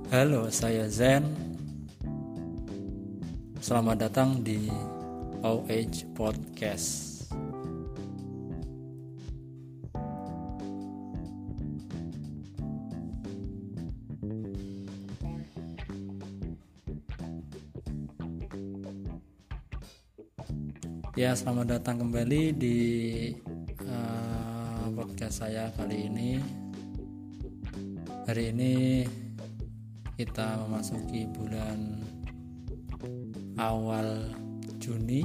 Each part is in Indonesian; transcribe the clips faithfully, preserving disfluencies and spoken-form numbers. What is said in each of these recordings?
Halo, saya Zen. Selamat datang di O H Podcast. Ya, selamat datang kembali di uh, podcast saya kali ini. Hari ini kita memasuki bulan awal Juni.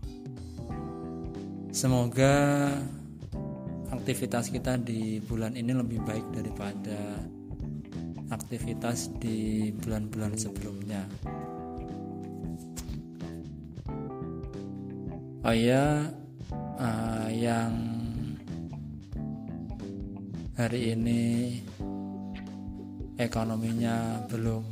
Semoga aktivitas kita di bulan ini lebih baik daripada aktivitas di bulan-bulan sebelumnya. Oh ya, uh, yang hari ini ekonominya belum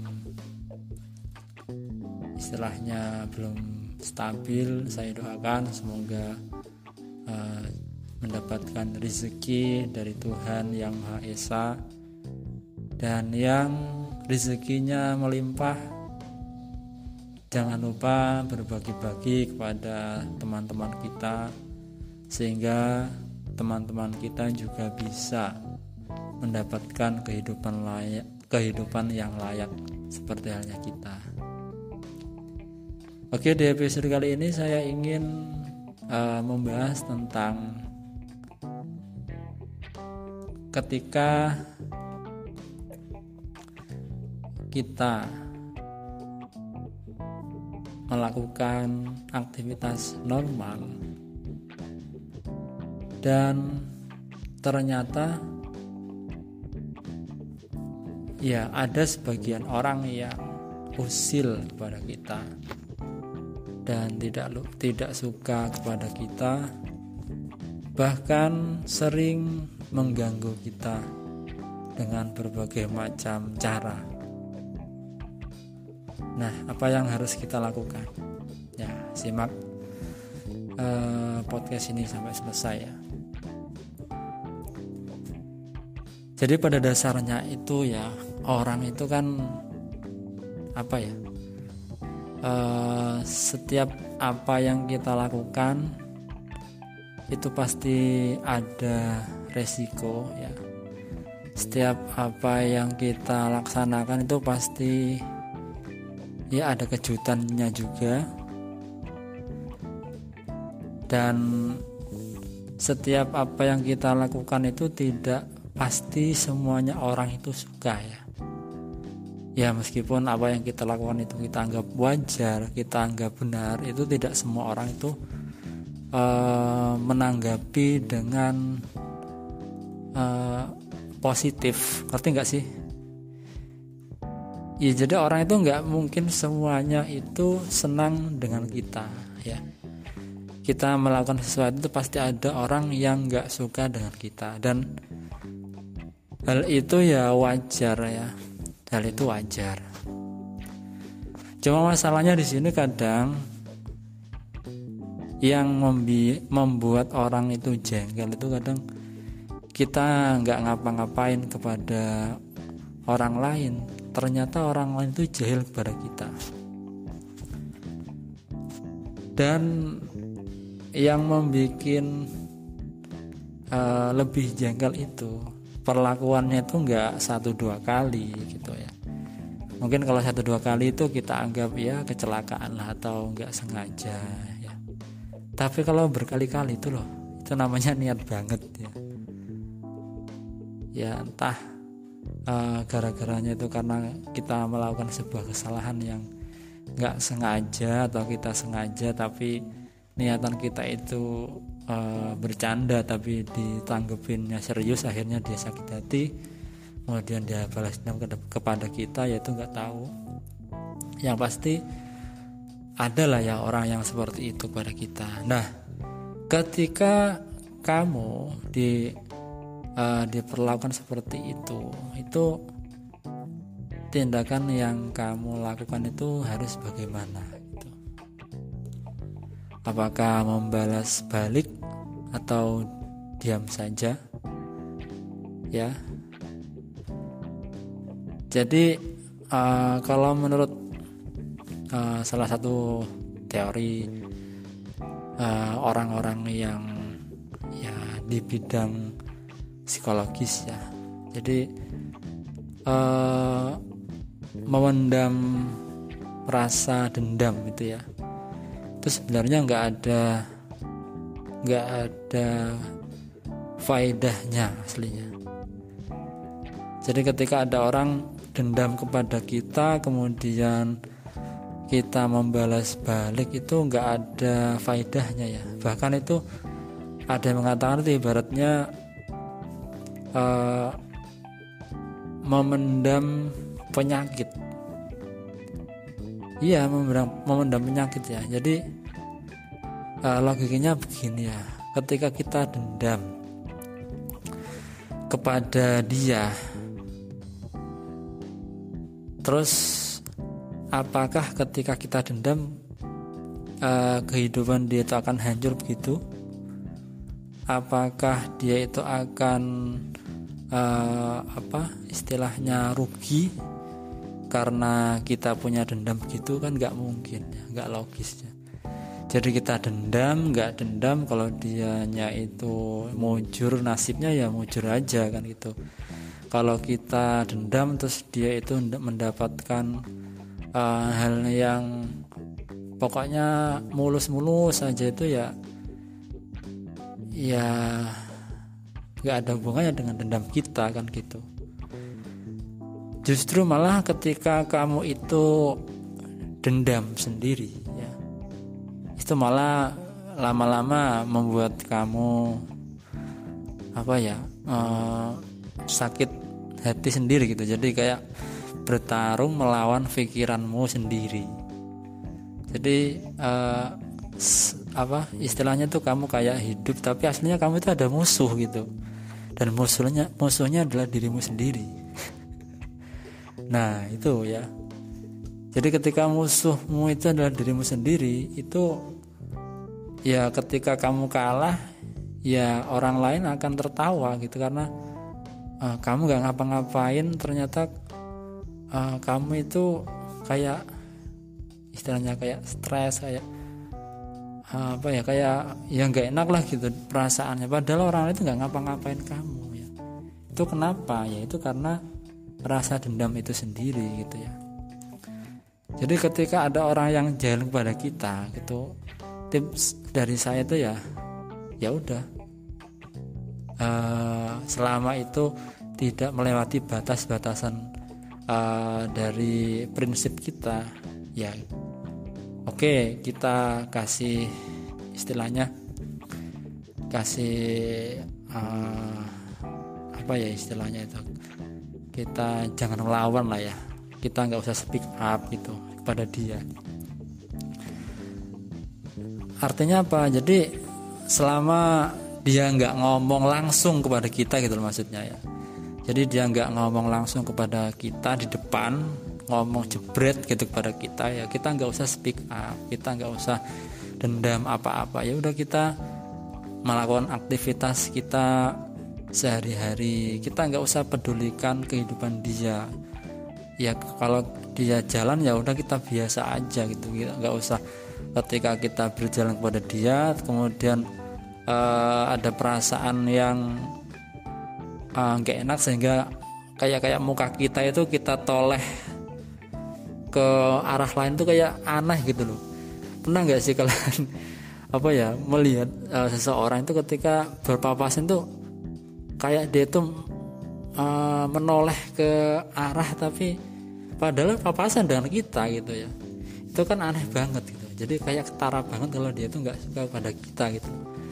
istilahnya belum stabil, saya doakan semoga uh, mendapatkan rezeki dari Tuhan Yang Maha Esa, dan yang rezekinya melimpah jangan lupa berbagi-bagi kepada teman-teman kita sehingga teman-teman kita juga bisa mendapatkan kehidupan layak, kehidupan yang layak seperti halnya kita. Oke, di episode kali ini saya ingin uh, membahas tentang ketika kita melakukan aktivitas normal dan ternyata ya ada sebagian orang yang usil kepada kita dan tidak tidak suka kepada kita, bahkan sering mengganggu kita dengan berbagai macam cara. Nah, apa yang harus kita lakukan? Ya, simak uh, podcast ini sampai selesai ya. Jadi pada dasarnya itu ya, orang itu kan apa ya? Uh, setiap apa yang kita lakukan itu pasti ada resiko ya. Setiap apa yang kita laksanakan itu pasti ya ada kejutannya juga, dan setiap apa yang kita lakukan itu tidak pasti semuanya orang itu suka ya. Ya meskipun apa yang kita lakukan itu kita anggap wajar, kita anggap benar, itu tidak semua orang itu uh, menanggapi dengan uh, positif. Ngerti nggak sih? Ya, jadi orang itu nggak mungkin semuanya itu senang dengan kita ya. Kita melakukan sesuatu itu pasti ada orang yang nggak suka dengan kita, dan hal itu ya wajar ya. Hal itu wajar. Cuma masalahnya di sini kadang yang membi- membuat orang itu jengkel itu kadang kita nggak ngapa-ngapain kepada orang lain, ternyata orang lain itu jahil kepada kita. Dan yang membuat uh, lebih jengkel itu perlakuannya itu nggak satu dua kali gitu ya. Mungkin kalau satu dua kali itu kita anggap ya kecelakaan lah atau nggak sengaja ya. Tapi kalau berkali-kali itu loh, itu namanya niat banget ya. Ya entah Uh, gara-garanya itu karena kita melakukan sebuah kesalahan yang nggak sengaja atau kita sengaja tapi niatan kita itu uh, bercanda tapi ditanggepinnya serius, akhirnya dia sakit hati, kemudian dia balas dendam ke- kepada kita, yaitu nggak tahu. Yang pasti adalah ya orang yang seperti itu pada kita. Nah, ketika kamu di Uh, diperlakukan seperti itu, itu tindakan yang kamu lakukan itu harus bagaimana gitu. Apakah membalas balik atau diam saja ya. Jadi uh, kalau menurut uh, salah satu teori uh, orang-orang yang ya di bidang psikologis ya, jadi uh, memendam rasa dendam itu ya, itu sebenarnya nggak ada nggak ada faedahnya aslinya. Jadi ketika ada orang dendam kepada kita, kemudian kita membalas balik, itu nggak ada faedahnya ya. Bahkan itu ada yang mengatakan itu ibaratnya uh, memendam penyakit. Iya, memendam, memendam penyakit ya. Jadi uh, logikanya begini ya. Ketika kita dendam kepada dia, terus apakah ketika kita dendam uh, kehidupan dia itu akan hancur begitu? Apakah dia itu akan uh, apa istilahnya rugi karena kita punya dendam begitu? Kan nggak mungkin ya, nggak logis ya. Jadi kita dendam, nggak dendam, kalau dianya itu mujur nasibnya ya mujur aja kan gitu. Kalau kita dendam terus dia itu mendapatkan uh, hal yang pokoknya mulus-mulus saja, itu ya ya nggak ada hubungannya dengan dendam kita kan gitu. Justru malah ketika kamu itu dendam sendiri ya, itu malah lama-lama membuat kamu apa ya uh, sakit hati sendiri gitu. Jadi kayak bertarung melawan pikiranmu sendiri. Jadi uh, apa istilahnya tuh kamu kayak hidup tapi aslinya kamu itu ada musuh gitu, dan musuhnya musuhnya adalah dirimu sendiri. Nah itu ya, jadi ketika musuhmu itu adalah dirimu sendiri, itu ya ketika kamu kalah ya orang lain akan tertawa gitu, karena uh, kamu gak ngapa-ngapain, ternyata uh, kamu itu kayak istilahnya kayak stres, kayak uh, apa ya kayak yang gak enak lah gitu perasaannya, padahal orang lain itu gak ngapa-ngapain kamu ya. Itu kenapa? Ya itu karena rasa dendam itu sendiri gitu ya. Jadi ketika ada orang yang jahil kepada kita gitu, tips dari saya itu ya ya udah uh, selama itu tidak melewati batas-batasan uh, dari prinsip kita ya oke okay, kita kasih istilahnya kasih uh, apa ya istilahnya itu, kita jangan melawan lah ya, kita nggak usah speak up gitu kepada dia. Artinya apa? Jadi selama dia nggak ngomong langsung kepada kita gitu loh maksudnya ya. Jadi dia nggak ngomong langsung kepada kita di depan, ngomong jebret gitu kepada kita ya, kita nggak usah speak up, kita nggak usah dendam apa-apa. Ya udah kita melakukan aktivitas kita sehari-hari, kita nggak usah pedulikan kehidupan dia. Ya kalau dia jalan ya udah kita biasa aja gitu, nggak usah ketika kita berjalan kepada dia kemudian uh, ada perasaan yang nggak uh, enak sehingga kayak kayak muka kita itu kita toleh ke arah lain tuh kayak aneh gitu loh. Pernah nggak sih kalian apa ya melihat uh, seseorang itu ketika berpapasan tuh kayak dia tuh uh, menoleh ke arah tapi padahal papasan dengan kita gitu ya. Itu kan aneh banget gitu. Jadi kayak ketara banget kalau dia tuh nggak suka pada kita gitu.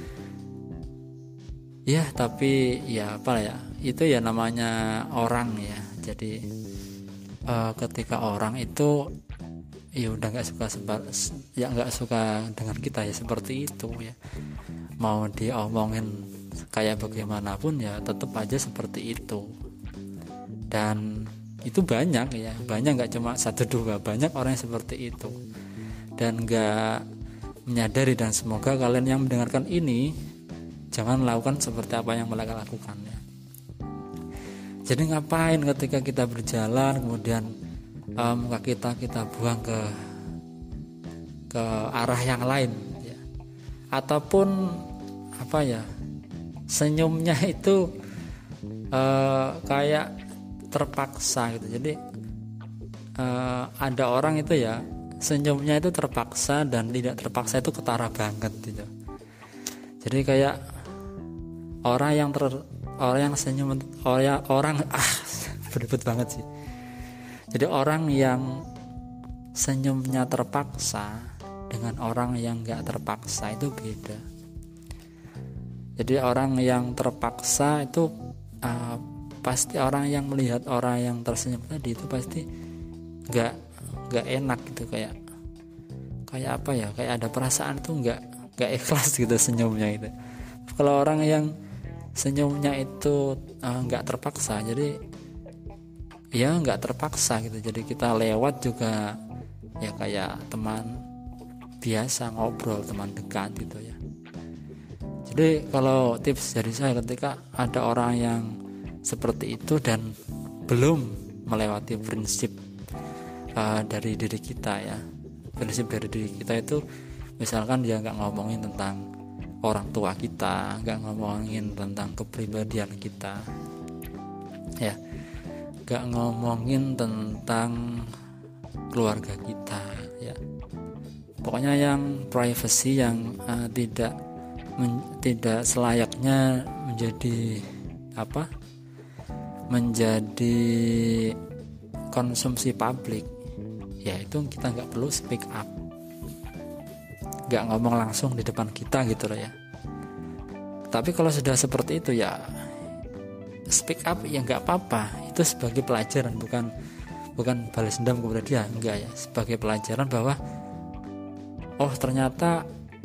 Ya tapi ya apa ya, itu ya namanya orang ya. Jadi uh, ketika orang itu ya udah nggak suka sebar, ya nggak suka dengan kita ya seperti itu ya. Mau diomongin kayak bagaimanapun ya tetap aja seperti itu. Dan itu banyak ya, banyak, nggak cuma satu dua, banyak orang yang seperti itu dan nggak menyadari. Dan semoga kalian yang mendengarkan ini jangan lakukan seperti apa yang mereka lakukan ya. Jadi ngapain ketika kita berjalan kemudian uh, muka kita kita buang ke ke arah yang lain ya. Ataupun apa ya, senyumnya itu uh, kayak terpaksa gitu. Jadi uh, ada orang itu ya senyumnya itu terpaksa dan tidak terpaksa itu ketara banget gitu. Jadi kayak orang yang ter orang yang senyum orang orang ah beribet banget sih. Jadi orang yang senyumnya terpaksa dengan orang yang nggak terpaksa itu beda. Jadi orang yang terpaksa itu uh, pasti orang yang melihat orang yang tersenyum tadi itu pasti nggak nggak enak gitu, kayak kayak apa ya, kayak ada perasaan tuh nggak nggak ikhlas gitu senyumnya itu. Kalau orang yang senyumnya itu uh, nggak terpaksa, jadi ya nggak terpaksa gitu, jadi kita lewat juga ya kayak teman biasa ngobrol, teman dekat gitu ya. Jadi kalau tips dari saya ketika ada orang yang seperti itu dan belum melewati prinsip uh, dari diri kita ya, prinsip dari diri kita itu misalkan dia nggak ngomongin tentang orang tua kita, nggak ngomongin tentang kepribadian kita ya, nggak ngomongin tentang keluarga kita ya, pokoknya yang privacy, yang uh, tidak men, tidak selayaknya menjadi apa menjadi konsumsi publik ya, itu kita nggak perlu speak up, nggak ngomong langsung di depan kita gitu loh ya. Tapi kalau sudah seperti itu ya speak up ya nggak apa-apa, itu sebagai pelajaran, bukan bukan balas dendam kepada dia, enggak ya, sebagai pelajaran bahwa oh ternyata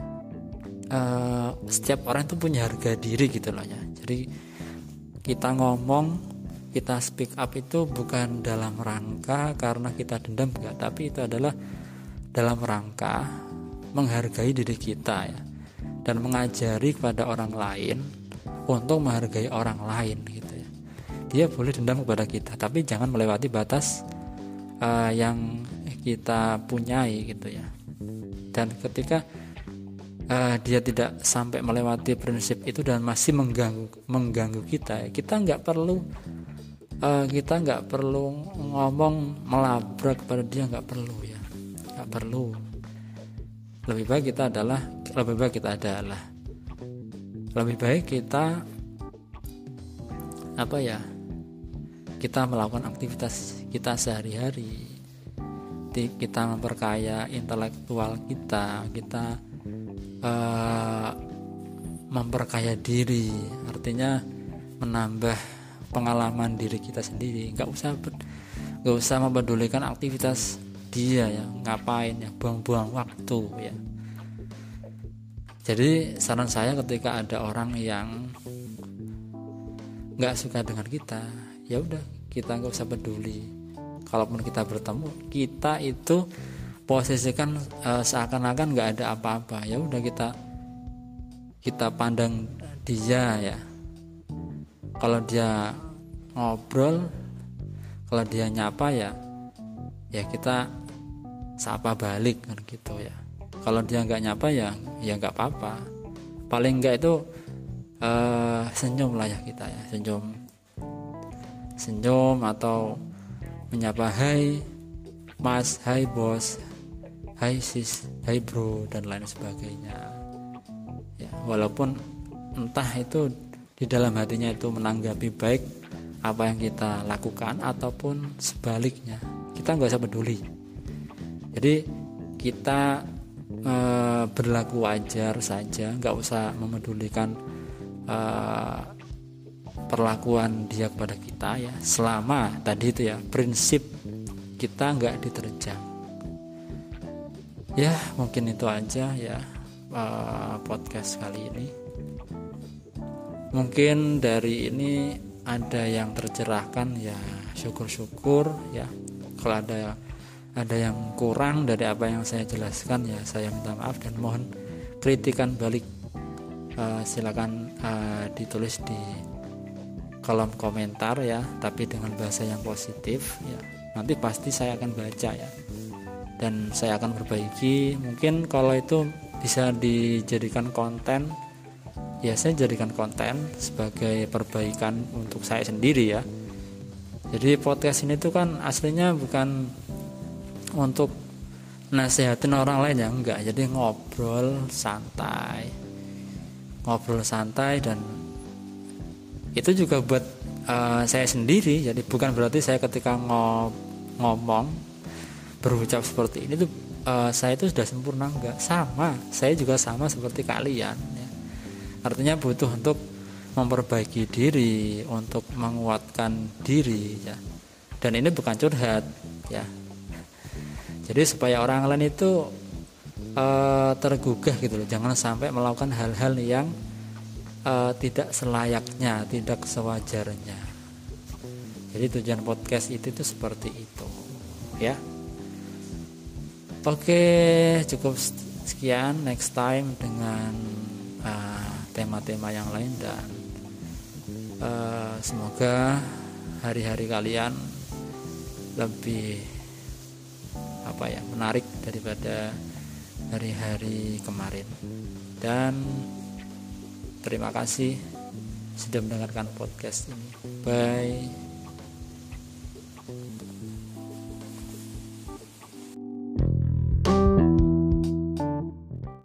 uh, setiap orang itu punya harga diri gitu loh ya. Jadi kita ngomong, kita speak up itu bukan dalam rangka karena kita dendam, enggak, tapi itu adalah dalam rangka menghargai diri kita ya, dan mengajari kepada orang lain untuk menghargai orang lain gitu ya. Dia boleh dendam kepada kita, tapi jangan melewati batas uh, yang kita punyai gitu ya. Dan ketika uh, dia tidak sampai melewati prinsip itu dan masih mengganggu mengganggu kita, kita nggak perlu uh, kita nggak perlu ngomong melabrak kepada dia, nggak perlu ya, nggak perlu. Lebih baik kita adalah lebih baik kita adalah lebih baik kita apa ya, kita melakukan aktivitas kita sehari-hari, kita memperkaya intelektual kita, kita uh, memperkaya diri, artinya menambah pengalaman diri kita sendiri. Nggak usah nggak usah mempedulikan aktivitas dia ya, ngapain ya, buang-buang waktu ya. Jadi saran saya ketika ada orang yang nggak suka dengan kita, ya udah kita nggak usah peduli. Kalaupun kita bertemu, kita itu posisikan uh, seakan-akan nggak ada apa-apa. Ya udah kita kita pandang dia ya. Kalau dia ngobrol, kalau dia nyapa ya, ya kita sapa balik kan gitu ya. Kalau dia nggak nyapa ya, ya nggak apa-apa. Paling nggak itu uh, senyum lah ya kita ya, senyum, senyum atau menyapa hai mas, hai bos, hai sis, hai bro, dan lain sebagainya ya, walaupun entah itu di dalam hatinya itu menanggapi baik apa yang kita lakukan ataupun sebaliknya, kita nggak usah peduli. Jadi kita e, berlaku wajar saja, nggak usah memedulikan e, perlakuan dia kepada kita ya, selama tadi itu ya prinsip kita nggak diterjang. Ya mungkin itu aja ya uh, podcast kali ini. Mungkin dari ini ada yang tercerahkan ya, syukur-syukur ya. Kalau ada ada yang kurang dari apa yang saya jelaskan ya saya minta maaf dan mohon kritikan balik. Uh, silakan uh, ditulis di kolom komentar ya, tapi dengan bahasa yang positif ya. nanti pasti saya akan baca ya, dan saya akan perbaiki. Mungkin kalau itu bisa dijadikan konten, ya saya jadikan konten sebagai perbaikan untuk saya sendiri ya. Jadi podcast ini tuh kan aslinya bukan untuk nasehatin orang lain ya, enggak. Jadi ngobrol santai, ngobrol santai dan itu juga buat uh, saya sendiri. Jadi bukan berarti saya ketika ngo- ngomong berucap seperti ini tuh uh, saya itu sudah sempurna, enggak. Sama, saya juga sama seperti kalian ya. Artinya butuh untuk memperbaiki diri, untuk menguatkan diri ya. Dan ini bukan curhat ya. Jadi supaya orang lain itu uh, tergugah gitu loh. Jangan sampai melakukan hal-hal yang Uh, tidak selayaknya, tidak sewajarnya. Jadi tujuan podcast itu tuh seperti itu, ya. Oke, cukup sekian. Next time dengan uh, tema-tema yang lain dan uh, semoga hari-hari kalian lebih apa ya menarik daripada hari-hari kemarin. Dan terima kasih sudah mendengarkan podcast ini. Bye.